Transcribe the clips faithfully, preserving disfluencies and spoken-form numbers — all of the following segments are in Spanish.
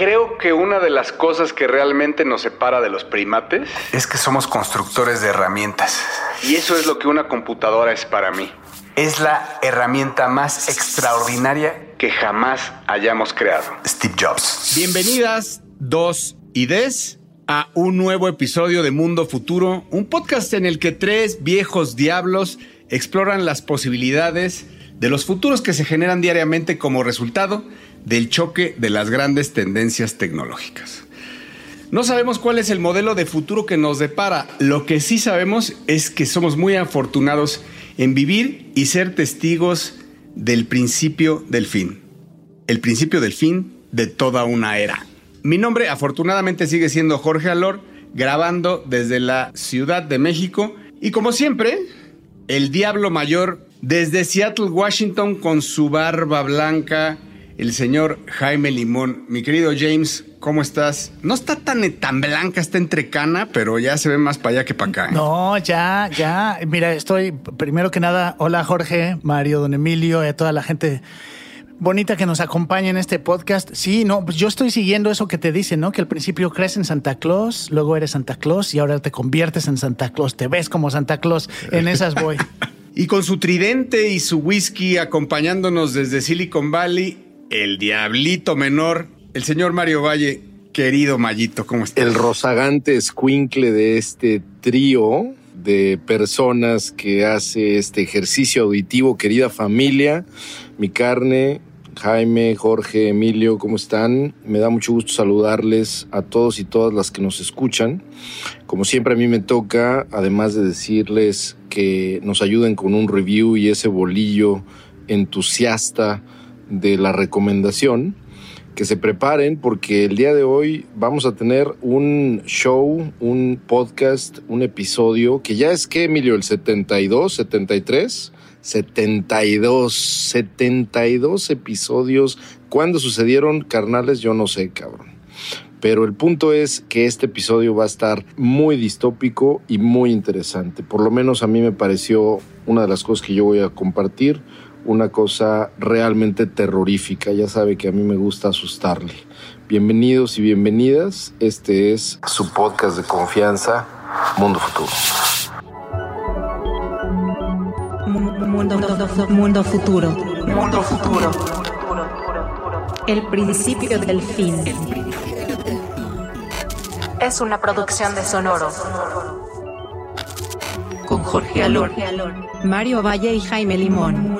Creo que una de las cosas que realmente nos separa de los primates es que somos constructores de herramientas. Y eso es lo que una computadora es para mí. Es la herramienta más extraordinaria que jamás hayamos creado. Steve Jobs. Bienvenidas, dos y des, a un nuevo episodio de Mundo Futuro, un podcast en el que tres viejos diablos exploran las posibilidades de los futuros que se generan diariamente como resultado del choque de las grandes tendencias tecnológicas. No sabemos cuál es el modelo de futuro que nos depara. Lo que sí sabemos es que somos muy afortunados en vivir y ser testigos del principio del fin. El principio del fin de toda una era. Mi nombre afortunadamente sigue siendo Jorge Alor, grabando desde la Ciudad de México. Y como siempre, el Diablo Mayor desde Seattle, Washington, con su barba blanca, el señor Jaime Limón. Mi querido James, ¿cómo estás? No está tan, tan blanca, está entrecana, pero ya se ve más para allá que para acá, ¿eh? No, ya, ya. Mira, estoy, primero que nada, hola Jorge, Mario, Don Emilio y a toda la gente bonita que nos acompaña en este podcast. Sí, no, pues yo estoy siguiendo eso que te dicen, ¿no? Que al principio crees en Santa Claus, luego eres Santa Claus y ahora te conviertes en Santa Claus. Te ves como Santa Claus. En esas voy. Y con su tridente y su whisky acompañándonos desde Silicon Valley, el diablito menor, el señor Mario Valle. Querido Mayito, ¿cómo estás? El rozagante escuincle de este trío de personas que hace este ejercicio auditivo, querida familia, mi carne, Jaime, Jorge, Emilio, ¿cómo están? Me da mucho gusto saludarles a todos y todas las que nos escuchan. Como siempre a mí me toca, además de decirles que nos ayuden con un review y ese bolillo entusiasta de la recomendación, que se preparen porque el día de hoy vamos a tener un show, un podcast, un episodio que ya es que, Emilio, el setenta y dos, setenta y tres, setenta y dos, setenta y dos episodios. ¿Cuándo sucedieron, carnales? Yo no sé, cabrón. Pero el punto es que este episodio va a estar muy distópico y muy interesante. Por lo menos a mí me pareció una de las cosas que yo voy a compartir, una cosa realmente terrorífica. Ya sabe que a mí me gusta asustarle. Bienvenidos y bienvenidas. Este es su podcast de confianza, Mundo Futuro. Mundo, mundo futuro. Mundo futuro. El principio del fin. Es una producción de Sonoro. Con Jorge Alor, Mario Valle y Jaime Limón.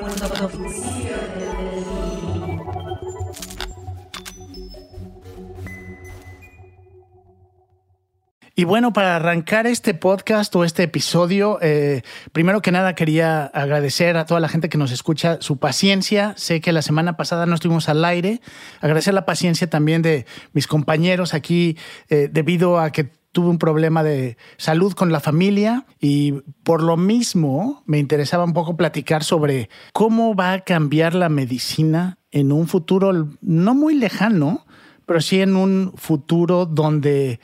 Y bueno, para arrancar este podcast o este episodio, eh, primero que nada quería agradecer a toda la gente que nos escucha su paciencia. Sé que la semana pasada no estuvimos al aire. Agradecer la paciencia también de mis compañeros aquí eh, debido a que tuve un problema de salud con la familia y por lo mismo me interesaba un poco platicar sobre cómo va a cambiar la medicina en un futuro no muy lejano, pero sí en un futuro donde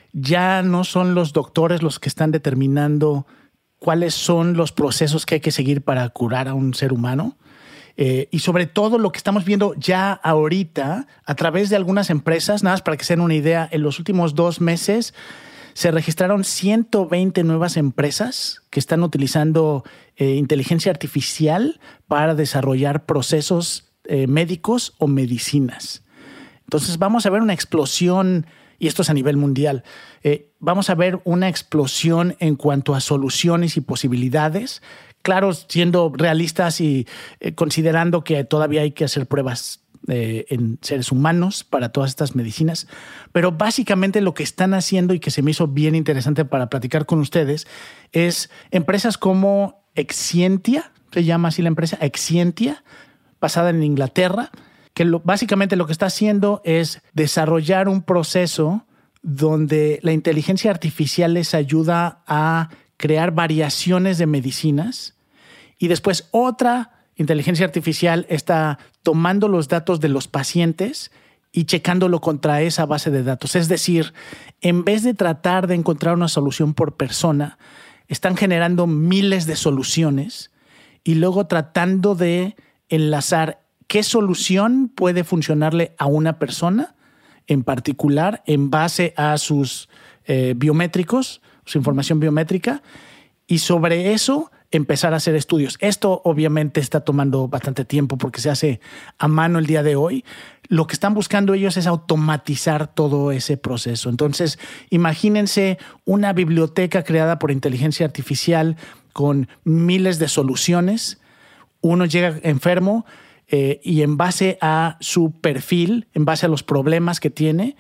ya no son los doctores los que están determinando cuáles son los procesos que hay que seguir para curar a un ser humano. Eh, y sobre todo lo que estamos viendo ya ahorita a través de algunas empresas, nada más para que se den una idea, en los últimos dos meses se registraron ciento veinte nuevas empresas que están utilizando eh, inteligencia artificial para desarrollar procesos eh, médicos o medicinas. Entonces vamos a ver una explosión, y esto es a nivel mundial, eh, vamos a ver una explosión en cuanto a soluciones y posibilidades. Claro, siendo realistas y eh, considerando que todavía hay que hacer pruebas eh, en seres humanos para todas estas medicinas. Pero básicamente lo que están haciendo y que se me hizo bien interesante para platicar con ustedes es empresas como Exscientia, se llama así la empresa, Exscientia, basada en Inglaterra, que lo, básicamente lo que está haciendo es desarrollar un proceso donde la inteligencia artificial les ayuda a crear variaciones de medicinas y después otra inteligencia artificial está tomando los datos de los pacientes y checándolo contra esa base de datos. Es decir, en vez de tratar de encontrar una solución por persona, están generando miles de soluciones y luego tratando de enlazar qué solución puede funcionarle a una persona en particular en base a sus eh, biométricos, su información biométrica, y sobre eso empezar a hacer estudios. Esto obviamente está tomando bastante tiempo porque se hace a mano el día de hoy. Lo que están buscando ellos es automatizar todo ese proceso. Entonces, imagínense una biblioteca creada por inteligencia artificial con miles de soluciones. Uno llega enfermo eh, y en base a su perfil, en base a los problemas que tiene,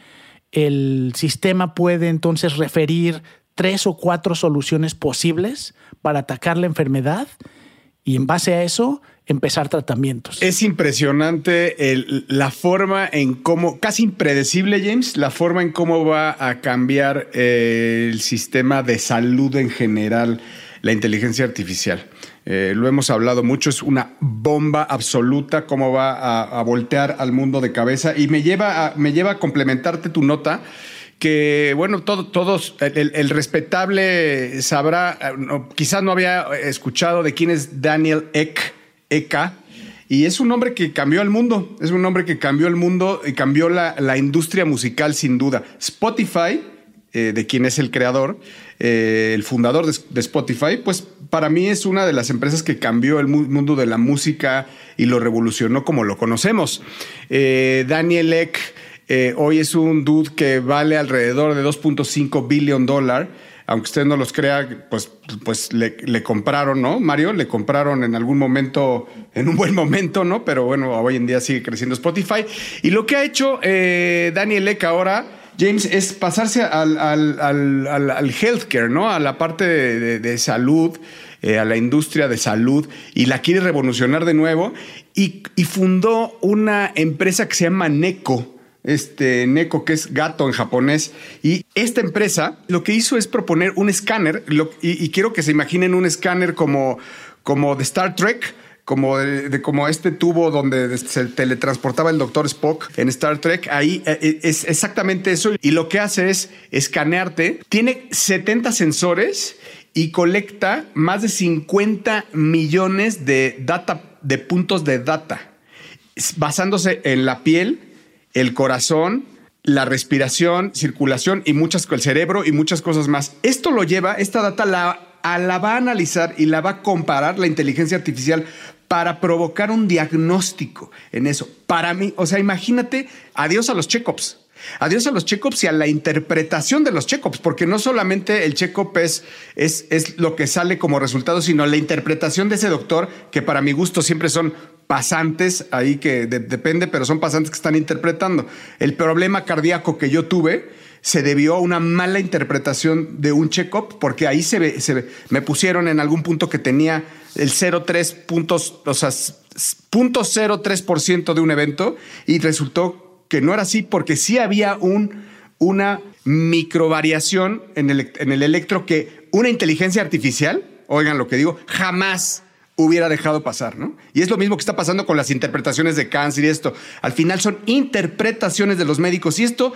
el sistema puede entonces referir tres o cuatro soluciones posibles para atacar la enfermedad y en base a eso empezar tratamientos. Es impresionante el, la forma en cómo, casi impredecible, James, la forma en cómo va a cambiar eh, el sistema de salud en general, la inteligencia artificial. Eh, lo hemos hablado mucho, es una bomba absoluta cómo va a, a voltear al mundo de cabeza y me lleva a, me lleva a complementarte tu nota. Que, bueno, todo, todos, el, el respetable sabrá, no, quizás no había escuchado de quién es Daniel Ek, Eka, y es un hombre que cambió el mundo, es un hombre que cambió el mundo y cambió la, la industria musical sin duda. Spotify, eh, de quien es el creador, eh, el fundador de, de Spotify, pues para mí es una de las empresas que cambió el mu- mundo de la música y lo revolucionó como lo conocemos. Eh, Daniel Ek, Eh, hoy es un dude que vale alrededor de dos punto cinco billion dólares. Aunque usted no los crea, pues, pues le, le compraron, ¿no, Mario? Le compraron en algún momento, en un buen momento, ¿no? Pero bueno, hoy en día sigue creciendo Spotify. Y lo que ha hecho eh, Daniel Ek ahora, James, es pasarse al, al, al, al, al healthcare, ¿no? A la parte de, de, de salud, eh, a la industria de salud, y la quiere revolucionar de nuevo. Y, y fundó una empresa que se llama Neko. Este Neko, que es gato en japonés. Y esta empresa lo que hizo es proponer un escáner. Lo, y, y quiero que se imaginen un escáner como, como de Star Trek, como, de, de, como este tubo donde se teletransportaba el doctor Spock en Star Trek. Ahí es exactamente eso. Y lo que hace es escanearte. Tiene setenta sensores y colecta más de cincuenta millones de data, de puntos de data, basándose en la piel, el corazón, la respiración, circulación y muchas, el cerebro y muchas cosas más. Esto lo lleva, esta data la, a la va a analizar y la va a comparar la inteligencia artificial para provocar un diagnóstico en eso. Para mí, o sea, imagínate, adiós a los check-ups. Adiós a los check-ups y a la interpretación de los check-ups, porque no solamente el check-up es, es, es lo que sale como resultado, sino la interpretación de ese doctor, que para mi gusto siempre son pasantes, ahí que de, depende, pero son pasantes que están interpretando. El problema cardíaco que yo tuve se debió a una mala interpretación de un check-up, porque ahí se ve, se ve, me pusieron en algún punto que tenía el cero punto tres puntos, o sea, punto cero tres por ciento de un evento, y resultó que no era así, porque sí había un, una microvariación en el, en el electro que una inteligencia artificial, oigan lo que digo, jamás hubiera dejado pasar, ¿no? Y es lo mismo que está pasando con las interpretaciones de cáncer y esto. Al final son interpretaciones de los médicos, y esto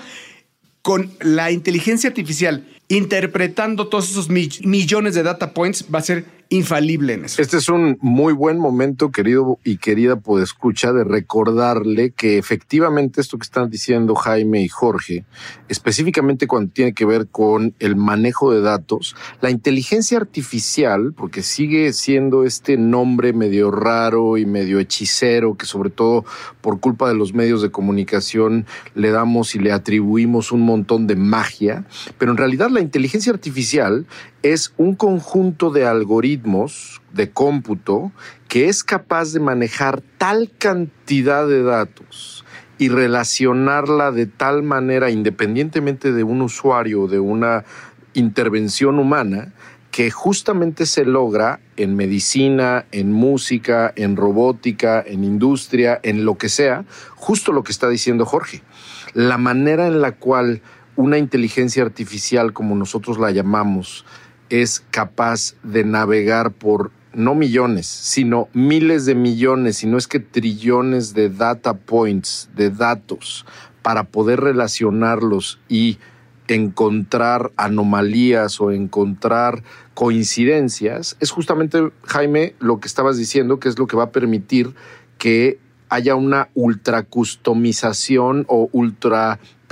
con la inteligencia artificial interpretando todos esos mi- millones de data points va a ser infalible en eso. Este es un muy buen momento, querido y querida podescucha, de recordarle que efectivamente esto que están diciendo Jaime y Jorge, específicamente cuando tiene que ver con el manejo de datos, la inteligencia artificial, porque sigue siendo este nombre medio raro y medio hechicero que sobre todo por culpa de los medios de comunicación le damos y le atribuimos un montón de magia, pero en realidad la inteligencia artificial es un conjunto de algoritmos de cómputo que es capaz de manejar tal cantidad de datos y relacionarla de tal manera, independientemente de un usuario o de una intervención humana, que justamente se logra en medicina, en música, en robótica, en industria, en lo que sea, justo lo que está diciendo Jorge. La manera en la cual una inteligencia artificial, como nosotros la llamamos, es capaz de navegar por no millones, sino miles de millones, si no es que trillones de data points, de datos, para poder relacionarlos y encontrar anomalías o encontrar coincidencias, es justamente, Jaime, lo que estabas diciendo, que es lo que va a permitir que haya una ultra customización o ultra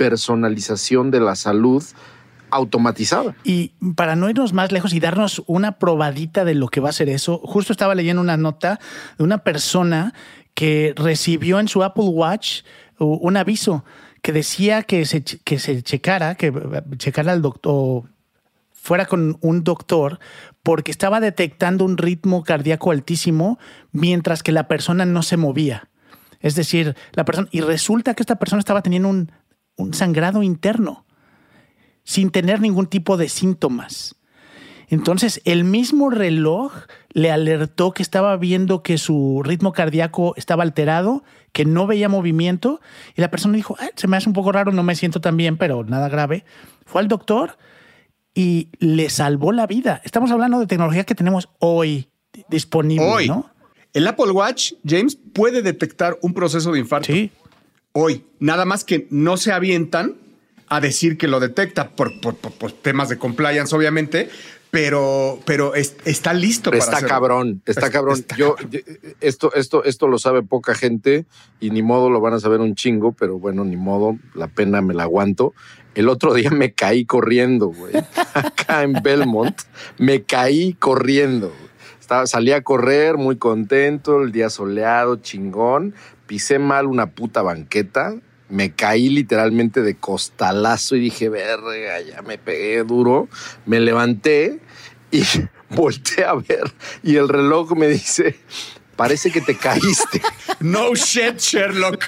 hiperpersonalización de la salud automatizada. Y para no irnos más lejos y darnos una probadita de lo que va a ser eso, justo estaba leyendo una nota de una persona que recibió en su Apple Watch un aviso que decía que se, que se checara, que checara al doctor, fuera con un doctor, porque estaba detectando un ritmo cardíaco altísimo mientras que la persona no se movía. Es decir, la persona, y resulta que esta persona estaba teniendo un, un sangrado interno sin tener ningún tipo de síntomas. Entonces, el mismo reloj le alertó que estaba viendo que su ritmo cardíaco estaba alterado, que no veía movimiento, y la persona dijo, ah, se me hace un poco raro, no me siento tan bien, pero nada grave. Fue al doctor y le salvó la vida. Estamos hablando de tecnología que tenemos hoy disponible, hoy. ¿no? El Apple Watch, James, puede detectar un proceso de infarto. Sí. Hoy. Nada más que no se avientan a decir que lo detecta por, por, por, por temas de compliance, obviamente, pero, pero es, está listo pero para está hacerlo. cabrón, está Es, cabrón. está Yo, cabrón. yo esto, esto, esto lo sabe poca gente y ni modo lo van a saber un chingo, pero bueno, ni modo, la pena me la aguanto. El otro día me caí corriendo, güey. Acá en Belmont me caí corriendo. Estaba, salí a correr muy contento, el día soleado, chingón. Pisé mal una puta banqueta. Me caí literalmente de costalazo y dije, verga, ya me pegué duro. Me levanté y volteé a ver y el reloj me dice, parece que te caíste. No shit, Sherlock.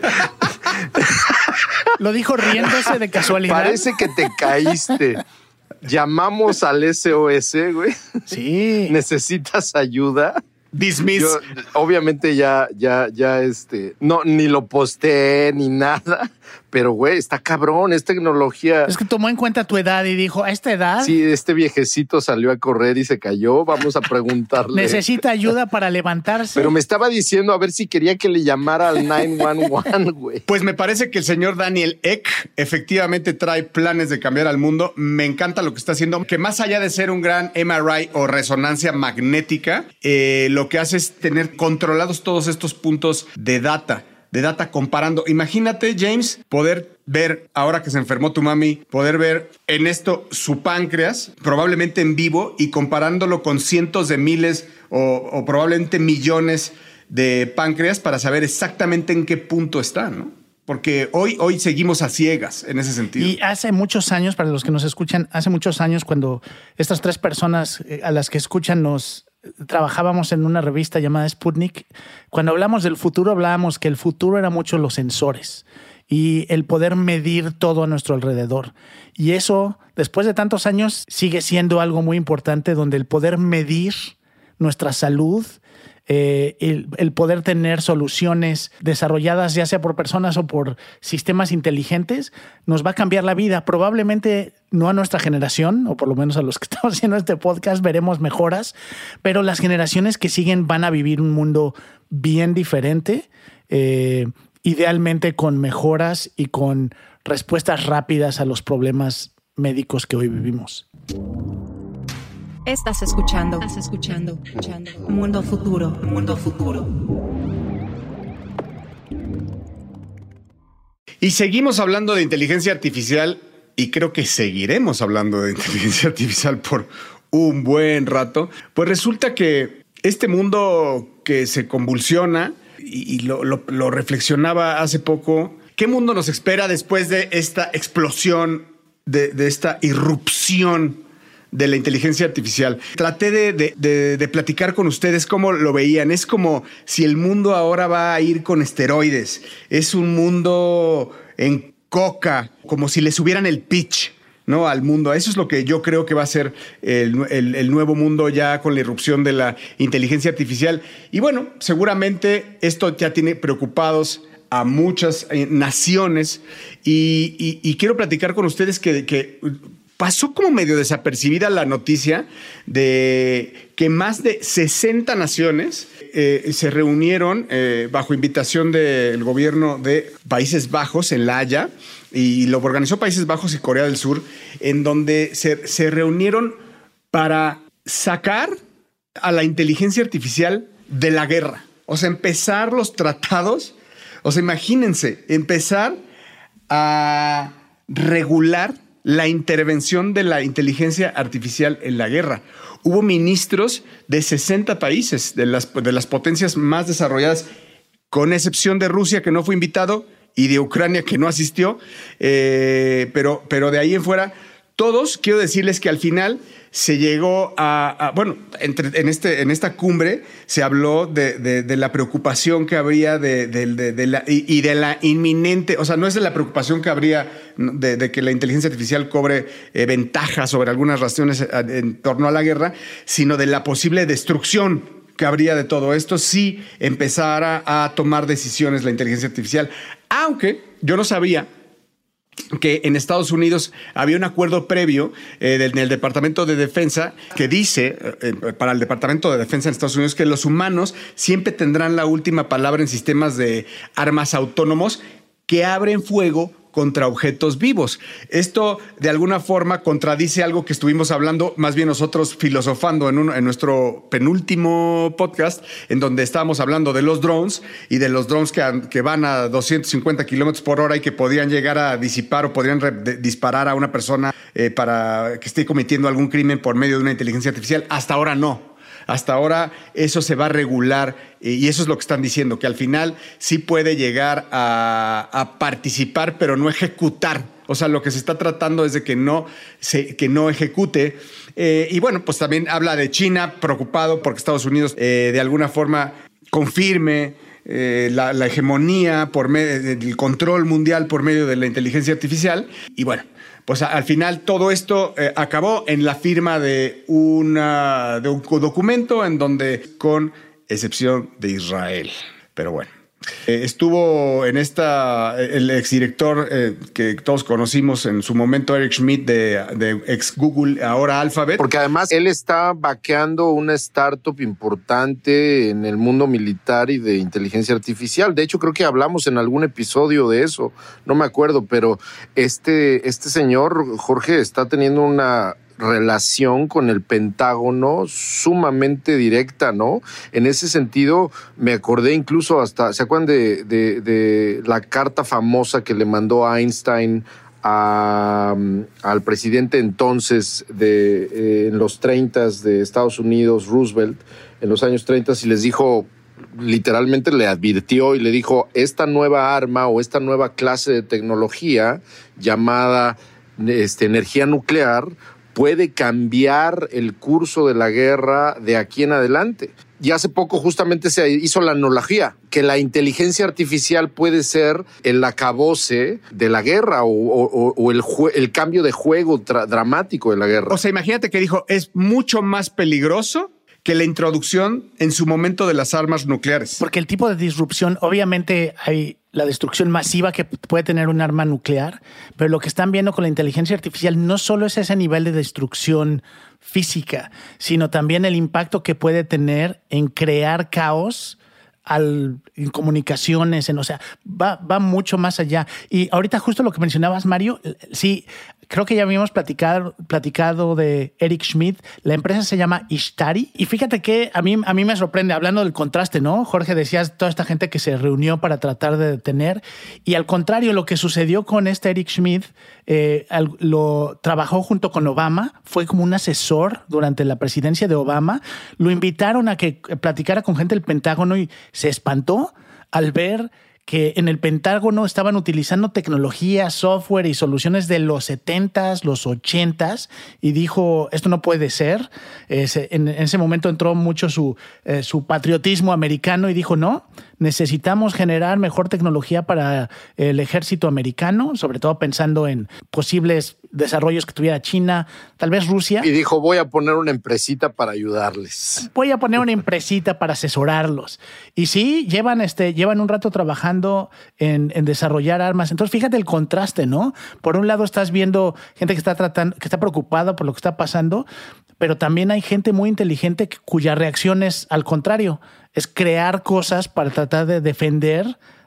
Lo dijo riéndose de casualidad. Parece que te caíste. Llamamos al S O S, güey. Sí. ¿Necesitas ayuda? Dismiss. Yo, obviamente ya, ya, ya, este, no, ni lo posteé ni nada, pero güey, está cabrón, es tecnología. Es que tomó en cuenta tu edad y dijo, a esta edad Sí, este viejecito salió a correr y se cayó, vamos a preguntarle. necesita ayuda para levantarse. Pero me estaba diciendo a ver si quería que le llamara al nueve uno uno, güey. Pues me parece que el señor Daniel Ek efectivamente trae planes de cambiar al mundo. Me encanta lo que está haciendo, que más allá de ser un gran M R I o resonancia magnética, eh, lo que hace es tener controlados todos estos puntos de data, de data comparando. Imagínate, James, poder ver, ahora que se enfermó tu mami, poder ver en esto su páncreas, probablemente en vivo, y comparándolo con cientos de miles o, o probablemente millones de páncreas para saber exactamente en qué punto está, ¿no? Porque hoy, hoy seguimos a ciegas en ese sentido. Y hace muchos años, para los que nos escuchan, hace muchos años cuando estas tres personas a las que escuchan nos trabajábamos en una revista llamada Sputnik, cuando hablamos del futuro hablábamos que el futuro era mucho los sensores y el poder medir todo a nuestro alrededor. Y eso, después de tantos años, sigue siendo algo muy importante, donde el poder medir nuestra salud, Eh, el, el poder tener soluciones desarrolladas ya sea por personas o por sistemas inteligentes nos va a cambiar la vida. Probablemente no a nuestra generación, o por lo menos a los que estamos haciendo este podcast, veremos mejoras, pero las generaciones que siguen van a vivir un mundo bien diferente, eh, idealmente con mejoras y con respuestas rápidas a los problemas médicos que hoy vivimos. Estás escuchando. Estás escuchando. escuchando. Mundo futuro. Mundo futuro. Y seguimos hablando de inteligencia artificial y creo que seguiremos hablando de inteligencia artificial por un buen rato. Pues resulta que este mundo que se convulsiona, y, y lo, lo, lo reflexionaba hace poco, ¿qué mundo nos espera después de esta explosión, de, de esta irrupción de la inteligencia artificial? Traté de, de, de, de platicar con ustedes cómo lo veían. Es como si el mundo ahora va a ir con esteroides. Es un mundo en coca, como si le subieran el pitch, ¿no?, al mundo. Eso es lo que yo creo que va a ser el, el, el nuevo mundo ya con la irrupción de la inteligencia artificial. Y bueno, seguramente esto ya tiene preocupados a muchas eh, naciones y, y, y quiero platicar con ustedes que... que pasó como medio desapercibida la noticia de que más de sesenta naciones eh, se reunieron eh, bajo invitación del gobierno de Países Bajos en La Haya, y lo organizó Países Bajos y Corea del Sur, en donde se, se reunieron para sacar a la inteligencia artificial de la guerra. O sea, empezar los tratados. O sea, imagínense, empezar a regular la intervención de la inteligencia artificial en la guerra. Hubo ministros de sesenta países, de las, de las potencias más desarrolladas, con excepción de Rusia, que no fue invitado, y de Ucrania, que no asistió, eh, pero, pero de ahí en fuera, todos, quiero decirles que al final se llegó a, a bueno, entre, en, este, en esta cumbre se habló de, de, de la preocupación que habría de, de, de, de la, y, y de la inminente, o sea, no es de la preocupación que habría de, de que la inteligencia artificial cobre eh, ventaja sobre algunas razones en torno a la guerra, sino de la posible destrucción que habría de todo esto si empezara a tomar decisiones la inteligencia artificial. Aunque yo no sabía que en Estados Unidos había un acuerdo previo eh, del, del Departamento de Defensa que dice, eh, para el Departamento de Defensa en Estados Unidos, que los humanos siempre tendrán la última palabra en sistemas de armas autónomos que abren fuego contra objetos vivos. Esto de alguna forma contradice algo que estuvimos hablando, más bien nosotros filosofando en, un, en nuestro penúltimo podcast, en donde estábamos hablando de los drones y de los drones que, que van a doscientos cincuenta kilómetros por hora y que podrían llegar a disipar o podrían re, de, disparar a una persona eh, para que esté cometiendo algún crimen por medio de una inteligencia artificial. Hasta ahora no. Hasta ahora eso se va a regular y eso es lo que están diciendo, que al final sí puede llegar a, a participar, pero no ejecutar. O sea, lo que se está tratando es de que no, se, que no ejecute. Eh, y bueno, pues también habla de China, preocupado porque Estados Unidos eh, de alguna forma confirme eh, la, la hegemonía, por medio del control mundial por medio de la inteligencia artificial. Y bueno, pues al final todo esto eh, acabó en la firma de, una, de un documento en donde, con excepción de Israel. Pero bueno, eh, estuvo en esta, el exdirector eh, que todos conocimos en su momento, Eric Schmidt, de, de ex Google, ahora Alphabet. Porque además él está vaqueando una startup importante en el mundo militar y de inteligencia artificial. De hecho, creo que hablamos en algún episodio de eso, no me acuerdo, pero este, este señor, Jorge, está teniendo una relación con el Pentágono sumamente directa, ¿no? En ese sentido, me acordé incluso hasta, ¿se acuerdan de, de, de la carta famosa que le mandó Einstein a, al presidente entonces de eh, en los treintas de Estados Unidos, Roosevelt, en los años treinta, y les dijo, literalmente le advirtió y le dijo, esta nueva arma o esta nueva clase de tecnología llamada este, energía nuclear puede cambiar el curso de la guerra de aquí en adelante. Y hace poco justamente se hizo la analogía, que la inteligencia artificial puede ser el acabose de la guerra o, o, o el, jue- el cambio de juego tra- dramático de la guerra. O sea, imagínate que dijo, es mucho más peligroso que la introducción en su momento de las armas nucleares. Porque el tipo de disrupción, obviamente hay la destrucción masiva que puede tener un arma nuclear, pero lo que están viendo con la inteligencia artificial no solo es ese nivel de destrucción física, sino también el impacto que puede tener en crear caos al, en comunicaciones, en, o sea, va, va mucho más allá. Y ahorita justo lo que mencionabas, Mario, sí, creo que ya habíamos platicado, platicado de Eric Schmidt. La empresa se llama Ishtari. Y fíjate que a mí, a mí me sorprende, hablando del contraste, ¿no? Jorge, decías toda esta gente que se reunió para tratar de detener. Y al contrario, lo que sucedió con este Eric Schmidt, eh, lo trabajó junto con Obama, fue como un asesor durante la presidencia de Obama. Lo invitaron a que platicara con gente del Pentágono y se espantó al ver que en el Pentágono estaban utilizando tecnología, software y soluciones de los setentas, los ochentas, y dijo, esto no puede ser. Ese, en, en ese momento entró mucho su, eh, su patriotismo americano y dijo, no, necesitamos generar mejor tecnología para el ejército americano, sobre todo pensando en posibles desarrollos que tuviera China, tal vez Rusia. Y dijo, voy a poner una empresita para ayudarles. Voy a poner una empresita para asesorarlos. Y sí, llevan, este, llevan un rato trabajando en, en desarrollar armas. Entonces, fíjate el contraste, ¿no? Por un lado estás viendo gente que está tratando, que está preocupada por lo que está pasando, pero también hay gente muy inteligente cuya reacción es al contrario, es crear cosas para tratar de defender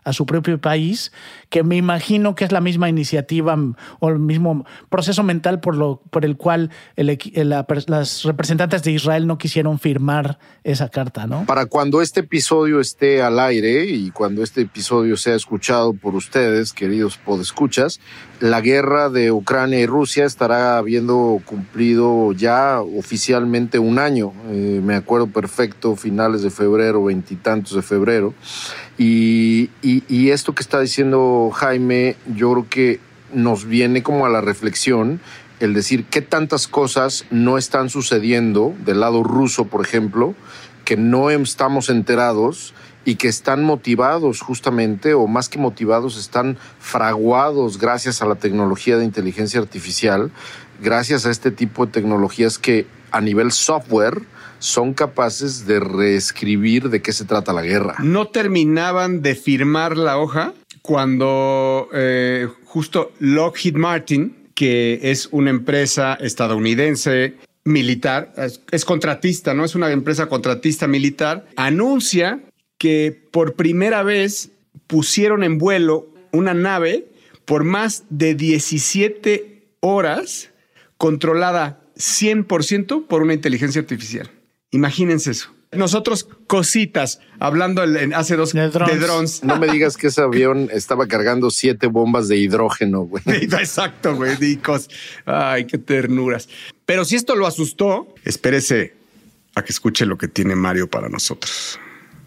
a su propio país, que me imagino que es la misma iniciativa o el mismo proceso mental por, lo, por el cual el, la, las representantes de Israel no quisieron firmar esa carta, ¿no? Para cuando este episodio esté al aire y cuando este episodio sea escuchado por ustedes, queridos podescuchas, la guerra de Ucrania y Rusia estará habiendo cumplido ya oficialmente un año. Eh, me acuerdo perfecto, finales de febrero, veintitantos de febrero. Y, y, y esto que está diciendo Jaime, yo creo que nos viene como a la reflexión el decir qué tantas cosas no están sucediendo del lado ruso, por ejemplo, que no estamos enterados y que están motivados justamente, o más que motivados, están fraguados gracias a la tecnología de inteligencia artificial, gracias a este tipo de tecnologías que a nivel software son capaces de reescribir de qué se trata la guerra. No terminaban de firmar la hoja cuando eh, justo Lockheed Martin, que es una empresa estadounidense militar, es, es contratista, ¿no? Es una empresa contratista militar, anuncia que por primera vez pusieron en vuelo una nave por más de diecisiete horas controlada cien por ciento por una inteligencia artificial. Imagínense eso. Nosotros cositas, hablando en hace dos de drones. de drones. No me digas que ese avión estaba cargando siete bombas de hidrógeno, güey. Exacto, güey. Dicos. Ay, qué ternuras. Pero si esto lo asustó, espérese a que escuche lo que tiene Mario para nosotros.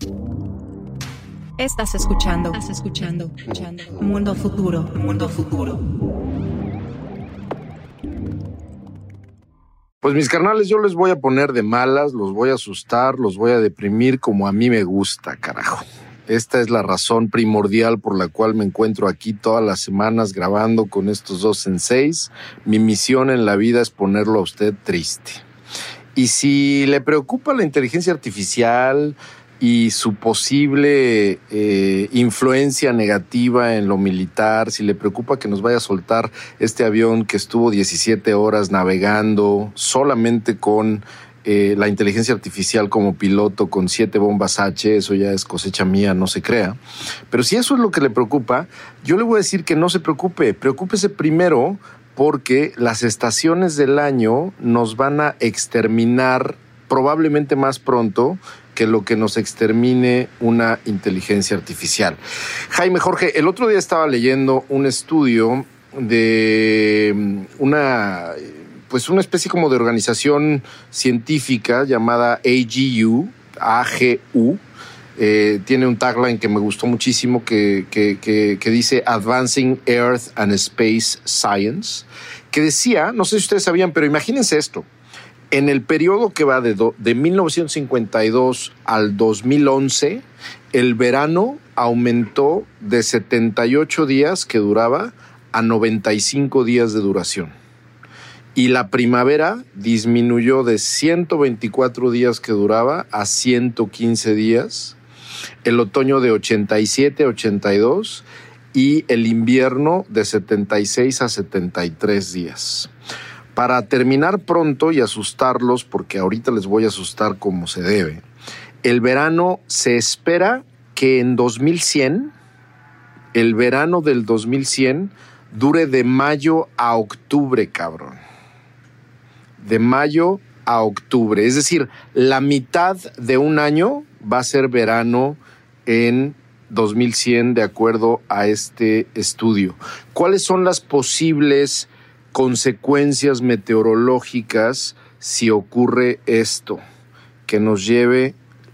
Estás escuchando, estás escuchando, escuchando. Mundo Futuro, Mundo Futuro. Pues mis carnales, yo les voy a poner de malas, los voy a asustar, los voy a deprimir como a mí me gusta, carajo. Esta es la razón primordial por la cual me encuentro aquí todas las semanas grabando con estos dos senseis. Mi misión en la vida es ponerlo a usted triste. Y si le preocupa la inteligencia artificial y su posible eh, influencia negativa en lo militar, si le preocupa que nos vaya a soltar este avión que estuvo diecisiete horas navegando solamente con eh, la inteligencia artificial como piloto, con siete bombas H, eso ya es cosecha mía, no se crea. Pero si eso es lo que le preocupa, yo le voy a decir que no se preocupe, preocúpese primero porque las estaciones del año nos van a exterminar probablemente más pronto que lo que nos extermine una inteligencia artificial. Jaime, Jorge, el otro día estaba leyendo un estudio de una, pues una especie como de organización científica llamada A G U, A G U. Eh, tiene un tagline que me gustó muchísimo que, que, que, que dice Advancing Earth and Space Science, que decía, no sé si ustedes sabían, pero imagínense esto. En el periodo que va de, do, de mil novecientos cincuenta y dos al dos mil once, el verano aumentó de setenta y ocho días que duraba a noventa y cinco días de duración. Y la primavera disminuyó de ciento veinticuatro días que duraba a ciento quince días. El otoño de ochenta y siete a ochenta y dos y el invierno de setenta y seis a setenta y tres días. Para terminar pronto y asustarlos, porque ahorita les voy a asustar como se debe, el verano se espera que en dos mil cien, el verano del dos mil cien, dure de mayo a octubre, cabrón. De mayo a octubre. Es decir, la mitad de un año va a ser verano en dos mil cien, de acuerdo a este estudio. ¿Cuáles son las posibles consecuencias meteorológicas si ocurre esto? Que nos lleve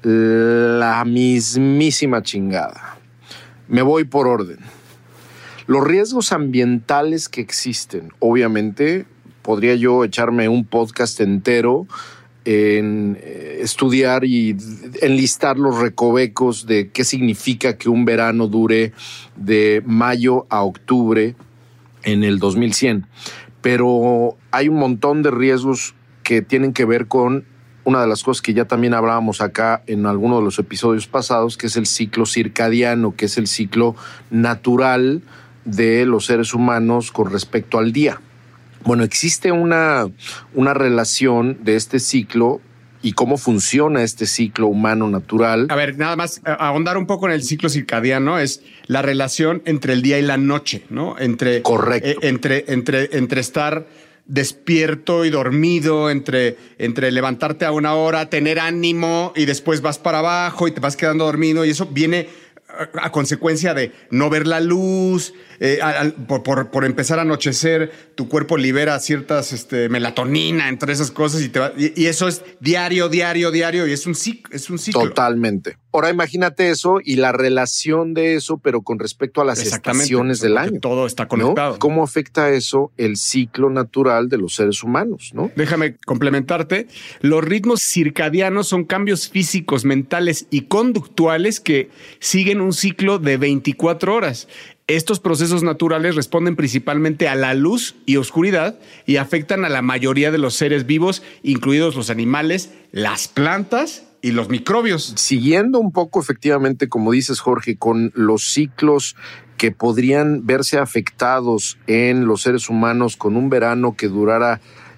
la mismísima chingada. Me voy por orden. Los riesgos ambientales que existen, obviamente, podría yo echarme un podcast entero en estudiar y enlistar los recovecos de qué significa que un verano dure de mayo a octubre en el dos mil cien. Pero hay un montón de riesgos que tienen que ver con una de las cosas que ya también hablábamos acá en alguno de los episodios pasados, que es el ciclo circadiano, que es el ciclo natural de los seres humanos con respecto al día. Bueno, existe una, una relación de este ciclo y cómo funciona este ciclo humano natural. A ver, nada más ahondar un poco en el ciclo circadiano es la relación entre el día y la noche, ¿no? Entre, Correcto. Eh, entre, entre, entre estar despierto y dormido, entre, entre levantarte a una hora, tener ánimo y después vas para abajo y te vas quedando dormido, y eso viene a, a consecuencia de no ver la luz. Eh, al, por, por, por empezar a anochecer, tu cuerpo libera ciertas este, melatonina, entre esas cosas, y, te va, y, y eso es diario, diario, diario, y es un, es un ciclo. Totalmente. Ahora imagínate eso y la relación de eso, pero con respecto a las estaciones del año. Todo está conectado. ¿No? ¿Cómo afecta eso el ciclo natural de los seres humanos? ¿No? Déjame complementarte. Los ritmos circadianos son cambios físicos, mentales y conductuales que siguen un ciclo de veinticuatro horas. Estos procesos naturales responden principalmente a la luz y oscuridad y afectan a la mayoría de los seres vivos, incluidos los animales, las plantas y los microbios. Siguiendo un poco, efectivamente, como dices, Jorge, con los ciclos que podrían verse afectados en los seres humanos con un verano que durara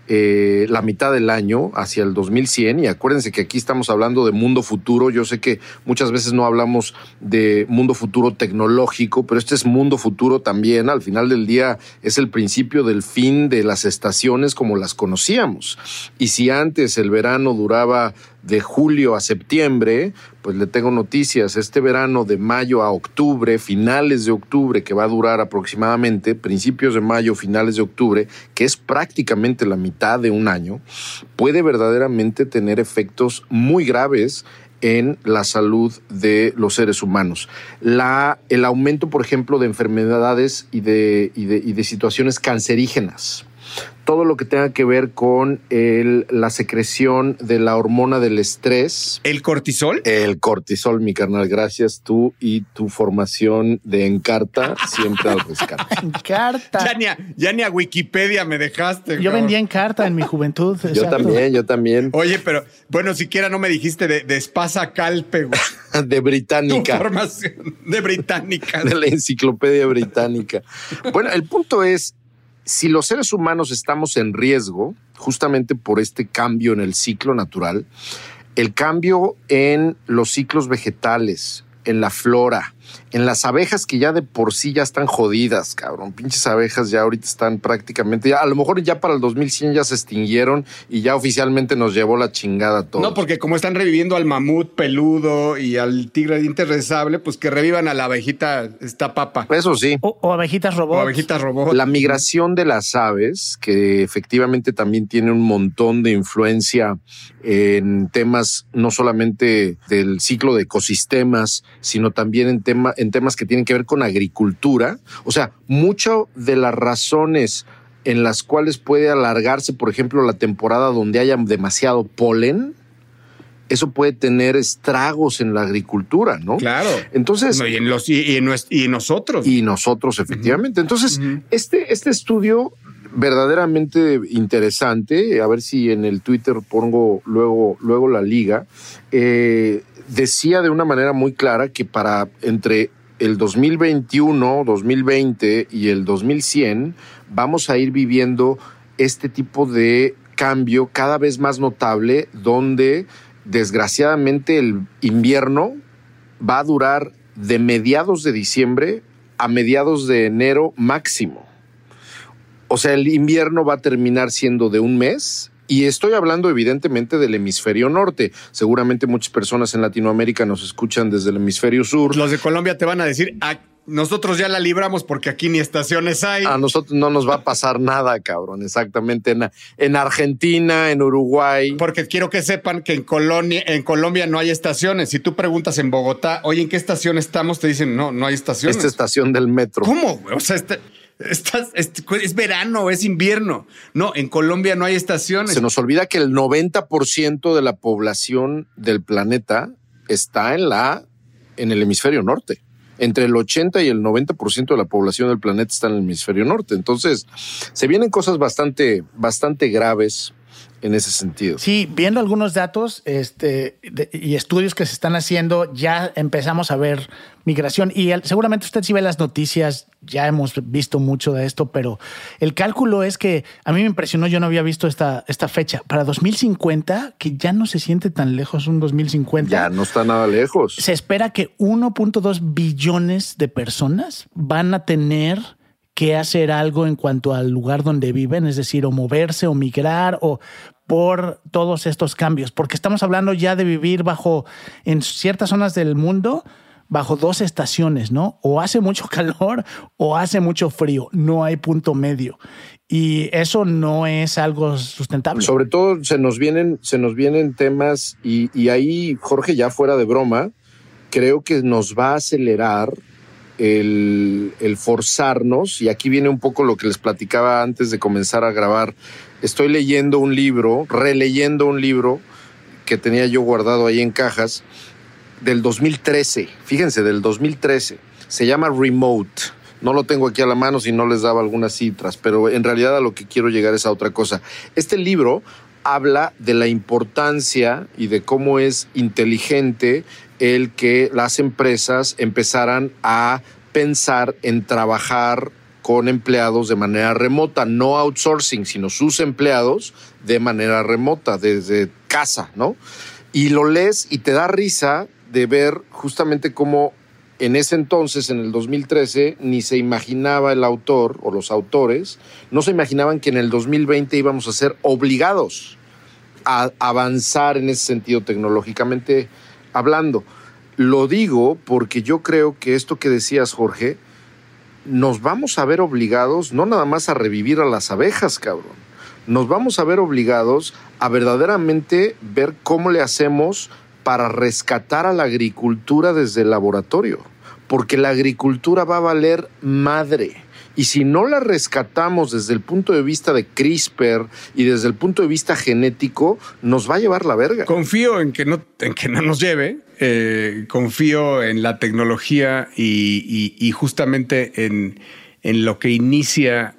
Eh, la mitad del año hacia el dos mil cien, y acuérdense que aquí estamos hablando de mundo futuro. Yo sé que muchas veces no hablamos de mundo futuro tecnológico, pero este es mundo futuro también. Al final del día es el principio del fin de las estaciones como las conocíamos. Y si antes el verano duraba de julio a septiembre, pues le tengo noticias. Este verano de mayo a octubre, finales de octubre, que va a durar aproximadamente, principios de mayo, finales de octubre, que es prácticamente la mitad de un año, puede verdaderamente tener efectos muy graves en la salud de los seres humanos. La, el aumento, por ejemplo, de enfermedades y de, y de, y de situaciones cancerígenas. Todo lo que tenga que ver con el, la secreción de la hormona del estrés. ¿El cortisol? El cortisol, mi carnal. Gracias, tú y tu formación de Encarta, siempre al rescate. Encarta. Ya ni, a, ya ni a Wikipedia me dejaste. Yo cabrón. vendía Encarta en mi juventud. Yo exacto. también, yo también. Oye, pero bueno, siquiera no me dijiste de, de Espasa Calpe, güey. De Británica. Tu formación de Británica. De la enciclopedia británica. Bueno, el punto es, si los seres humanos estamos en riesgo, justamente por este cambio en el ciclo natural, el cambio en los ciclos vegetales, en la flora, en las abejas que ya de por sí ya están jodidas, cabrón. Pinches abejas ya ahorita están prácticamente, ya, a lo mejor ya para el dos mil cien ya se extinguieron y ya oficialmente nos llevó la chingada todo. No, porque como están reviviendo al mamut peludo y al tigre de dientes de sable, pues que revivan a la abejita esta papa. Eso sí. O, o abejitas robots. O abejitas robot. La migración de las aves, que efectivamente también tiene un montón de influencia en temas no solamente del ciclo de ecosistemas, sino también en, tema, en temas que tienen que ver con agricultura. O sea, mucho de las razones en las cuales puede alargarse, por ejemplo, la temporada donde haya demasiado polen, eso puede tener estragos en la agricultura, ¿no? Claro. Entonces, no, y, en los, y, y, en nuestro, y en nosotros. Y nosotros, efectivamente. Uh-huh. Entonces, uh-huh. este, este estudio verdaderamente interesante, a ver si en el Twitter pongo luego, luego la liga, eh, decía de una manera muy clara que para entre el dos mil veintiuno, dos mil veinte y el dos mil cien vamos a ir viviendo este tipo de cambio cada vez más notable, donde desgraciadamente el invierno va a durar de mediados de diciembre a mediados de enero máximo. O sea, el invierno va a terminar siendo de un mes. Y estoy hablando evidentemente del hemisferio norte. Seguramente muchas personas en Latinoamérica nos escuchan desde el hemisferio sur. Los de Colombia te van a decir, ah, nosotros ya la libramos porque aquí ni estaciones hay. A nosotros no nos va a pasar nada, cabrón. Exactamente. En, en Argentina, en Uruguay. Porque quiero que sepan que en Colombia, en Colombia no hay estaciones. Si tú preguntas en Bogotá, oye, ¿en qué estación estamos? Te dicen, no, no hay estaciones. Esta estación del metro. ¿Cómo, güey? O sea, este... Estás, es, es verano, es invierno. No, en Colombia no hay estaciones. Se nos olvida que el noventa por ciento de la población del planeta está en, la, en el hemisferio norte. Entre el ochenta y el noventa por ciento de la población del planeta está en el hemisferio norte. Entonces, se vienen cosas bastante, bastante graves en ese sentido. Sí, viendo algunos datos este, de, y estudios que se están haciendo, ya empezamos a ver migración. Y el, seguramente usted sí ve las noticias, ya hemos visto mucho de esto, pero el cálculo es que a mí me impresionó, yo no había visto esta, esta fecha. Para dos mil cincuenta, que ya no se siente tan lejos un dos mil cincuenta. Ya no está nada lejos. Se espera que uno punto dos billones de personas van a tener que hacer algo en cuanto al lugar donde viven, es decir, o moverse o migrar o por todos estos cambios, porque estamos hablando ya de vivir bajo, en ciertas zonas del mundo, bajo dos estaciones, ¿no? O hace mucho calor o hace mucho frío, no hay punto medio. Y eso no es algo sustentable. Sobre todo se nos vienen, se nos vienen temas y, y ahí, Jorge, ya fuera de broma, creo que nos va a acelerar El, el forzarnos, y aquí viene un poco lo que les platicaba antes de comenzar a grabar. Estoy leyendo un libro, releyendo un libro que tenía yo guardado ahí en cajas, del dos mil trece, fíjense, del dos mil trece, se llama Remote. No lo tengo aquí a la mano si no les daba algunas cifras, pero en realidad a lo que quiero llegar es a otra cosa. Este libro habla de la importancia y de cómo es inteligente el que las empresas empezaran a pensar en trabajar con empleados de manera remota, no outsourcing, sino sus empleados de manera remota, desde casa, ¿no? Y lo lees y te da risa de ver justamente cómo en ese entonces, en el dos mil trece, ni se imaginaba el autor o los autores, no se imaginaban que en el dos mil veinte íbamos a ser obligados a avanzar en ese sentido tecnológicamente hablando. Lo digo porque yo creo que esto que decías, Jorge, nos vamos a ver obligados no nada más a revivir a las abejas, cabrón. Nos vamos a ver obligados a verdaderamente ver cómo le hacemos para rescatar a la agricultura desde el laboratorio. Porque la agricultura va a valer madre. Y si no la rescatamos desde el punto de vista de CRISPR y desde el punto de vista genético, nos va a llevar la verga. Confío en que no, en que no nos lleve. Eh, confío en la tecnología y, y, y justamente en, en lo que inicia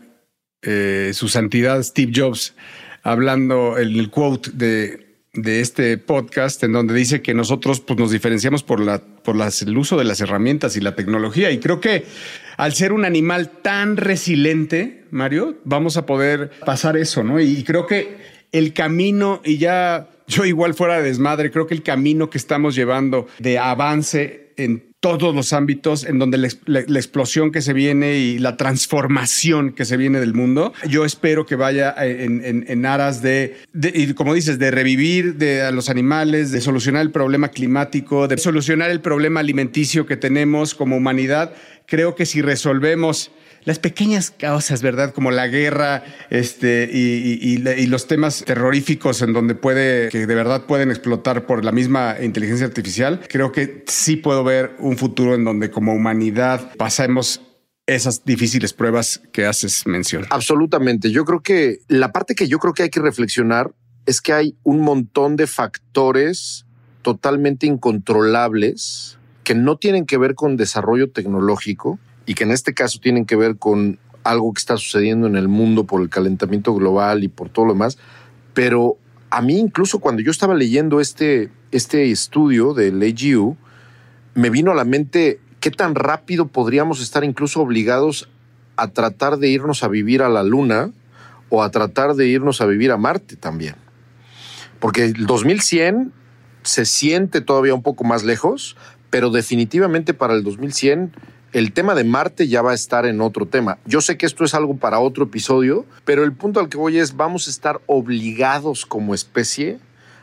eh, su santidad Steve Jobs, hablando en el quote de, de este podcast, en donde dice que nosotros pues, nos diferenciamos por, la, por las, el uso de las herramientas y la tecnología. Y creo que al ser un animal tan resiliente, Mario, vamos a poder pasar eso, ¿no? Y creo que el camino, y ya yo igual fuera de desmadre, creo que el camino que estamos llevando de avance en todos los ámbitos, en donde la, la, la explosión que se viene y la transformación que se viene del mundo, yo espero que vaya en, en, en aras de, de, y como dices, de revivir de a los animales, de solucionar el problema climático, de solucionar el problema alimenticio que tenemos como humanidad. Creo que si resolvemos las pequeñas causas, ¿verdad? Como la guerra este, y, y, y, y los temas terroríficos en donde puede, que de verdad pueden explotar por la misma inteligencia artificial, creo que sí puedo ver un futuro en donde como humanidad pasemos esas difíciles pruebas que haces mención. Absolutamente. Yo creo que la parte que yo creo que hay que reflexionar es que hay un montón de factores totalmente incontrolables que no tienen que ver con desarrollo tecnológico y que en este caso tienen que ver con algo que está sucediendo en el mundo por el calentamiento global y por todo lo demás. Pero a mí incluso cuando yo estaba leyendo este, este estudio del A G U, me vino a la mente qué tan rápido podríamos estar incluso obligados a tratar de irnos a vivir a la Luna o a tratar de irnos a vivir a Marte también. Porque el dos mil cien se siente todavía un poco más lejos, pero definitivamente para el dos mil cien el tema de Marte ya va a estar en otro tema. Yo sé que esto es algo para otro episodio, pero el punto al que voy es vamos a estar obligados como especie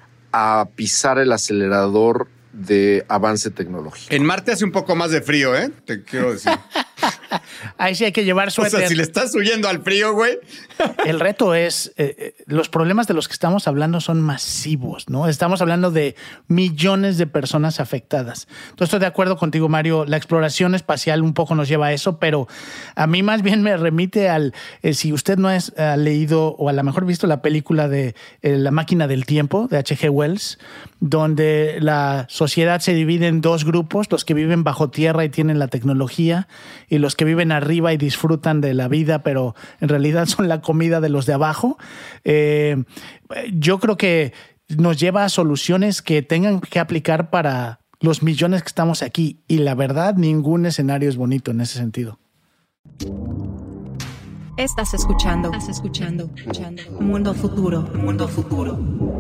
a pisar el acelerador de avance tecnológico. En Marte hace un poco más de frío, ¿eh? Te quiero decir. Ahí sí hay que llevar suéter. O sea, si le estás huyendo al frío, güey. El reto es, eh, los problemas de los que estamos hablando son masivos, ¿no? Estamos hablando de millones de personas afectadas. Entonces estoy de acuerdo contigo, Mario. La exploración espacial un poco nos lleva a eso, pero a mí más bien me remite al, eh, si usted no ha eh, leído o a lo mejor visto la película de eh, La máquina del tiempo de H G Wells, donde la sociedad se divide en dos grupos, los que viven bajo tierra y tienen la tecnología y los que que viven arriba y disfrutan de la vida, pero en realidad son la comida de los de abajo. Eh, yo creo que nos lleva a soluciones que tengan que aplicar para los millones que estamos aquí. Y la verdad, ningún escenario es bonito en ese sentido. Estás escuchando, estás escuchando, escuchando. Mundo Futuro, Mundo Futuro.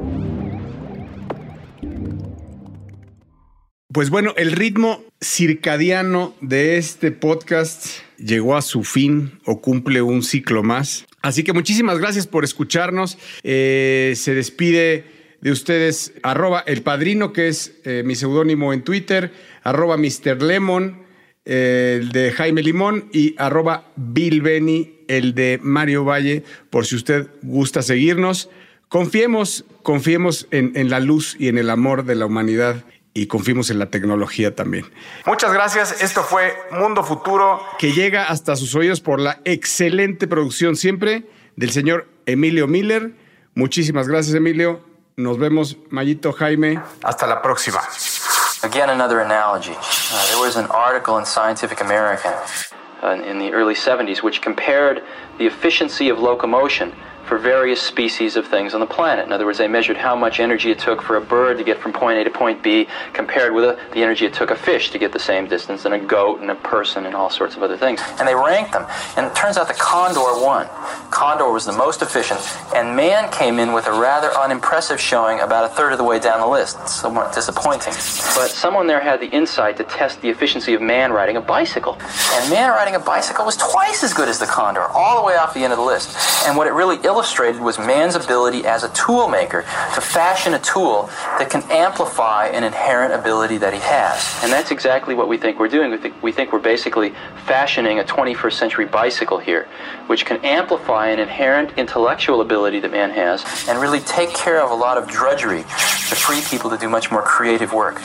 Pues bueno, el ritmo circadiano de este podcast llegó a su fin o cumple un ciclo más. Así que muchísimas gracias por escucharnos. Eh, se despide de ustedes arroba El Padrino, que es eh, mi seudónimo en Twitter, arroba mister Lemon, eh, el de Jaime Limón, y arroba Bill Benny, el de Mario Valle, por si usted gusta seguirnos. Confiemos, confiemos en, en la luz y en el amor de la humanidad y confiemos en la tecnología también. Muchas gracias. Esto fue Mundo Futuro, que llega hasta sus oídos por la excelente producción siempre del señor Emilio Miller. Muchísimas gracias, Emilio. Nos vemos, Mayito, Jaime. Hasta la próxima. Again, another analogy. Uh, there was an article in Scientific American uh, in the early seventies which compared the efficiency of locomotion for various species of things on the planet. In other words, they measured how much energy it took for a bird to get from point A to point B compared with a, the energy it took a fish to get the same distance, and a goat and a person and all sorts of other things. And they ranked them. And it turns out the condor won. Condor was the most efficient, and man came in with a rather unimpressive showing about a third of the way down the list. It's somewhat disappointing. But someone there had the insight to test the efficiency of man riding a bicycle. And man riding a bicycle was twice as good as the condor, all the way off the end of the list. And what it really illustrated was man's ability as a tool maker to fashion a tool that can amplify an inherent ability that he has. And that's exactly what we think we're doing. We think, we think we're basically fashioning a twenty-first century bicycle here, which can amplify an inherent intellectual ability that man has and really take care of a lot of drudgery to free people to do much more creative work.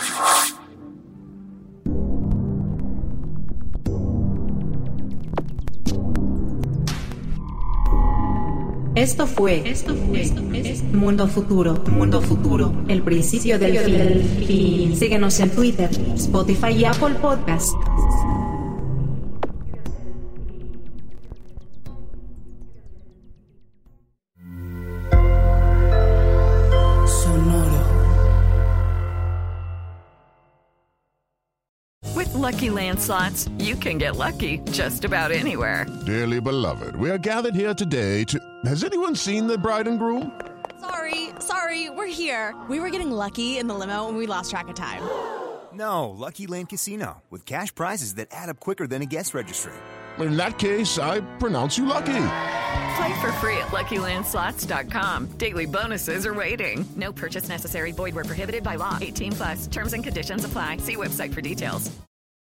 Esto fue, esto fue, esto fue Mundo Futuro, Mundo Futuro, el principio del fin. Síguenos en Twitter, Spotify y Apple Podcast. With Lucky Land Slots, you can get lucky just about anywhere. Dearly beloved, we are gathered here today to... Has anyone seen the bride and groom? Sorry, sorry, we're here. We were getting lucky in the limo and we lost track of time. No, Lucky Land Casino, with cash prizes that add up quicker than a guest registry. In that case, I pronounce you lucky. Play for free at lucky land slots dot com. Daily bonuses are waiting. No purchase necessary. Void where prohibited by law. eighteen plus. Terms and conditions apply. See website for details.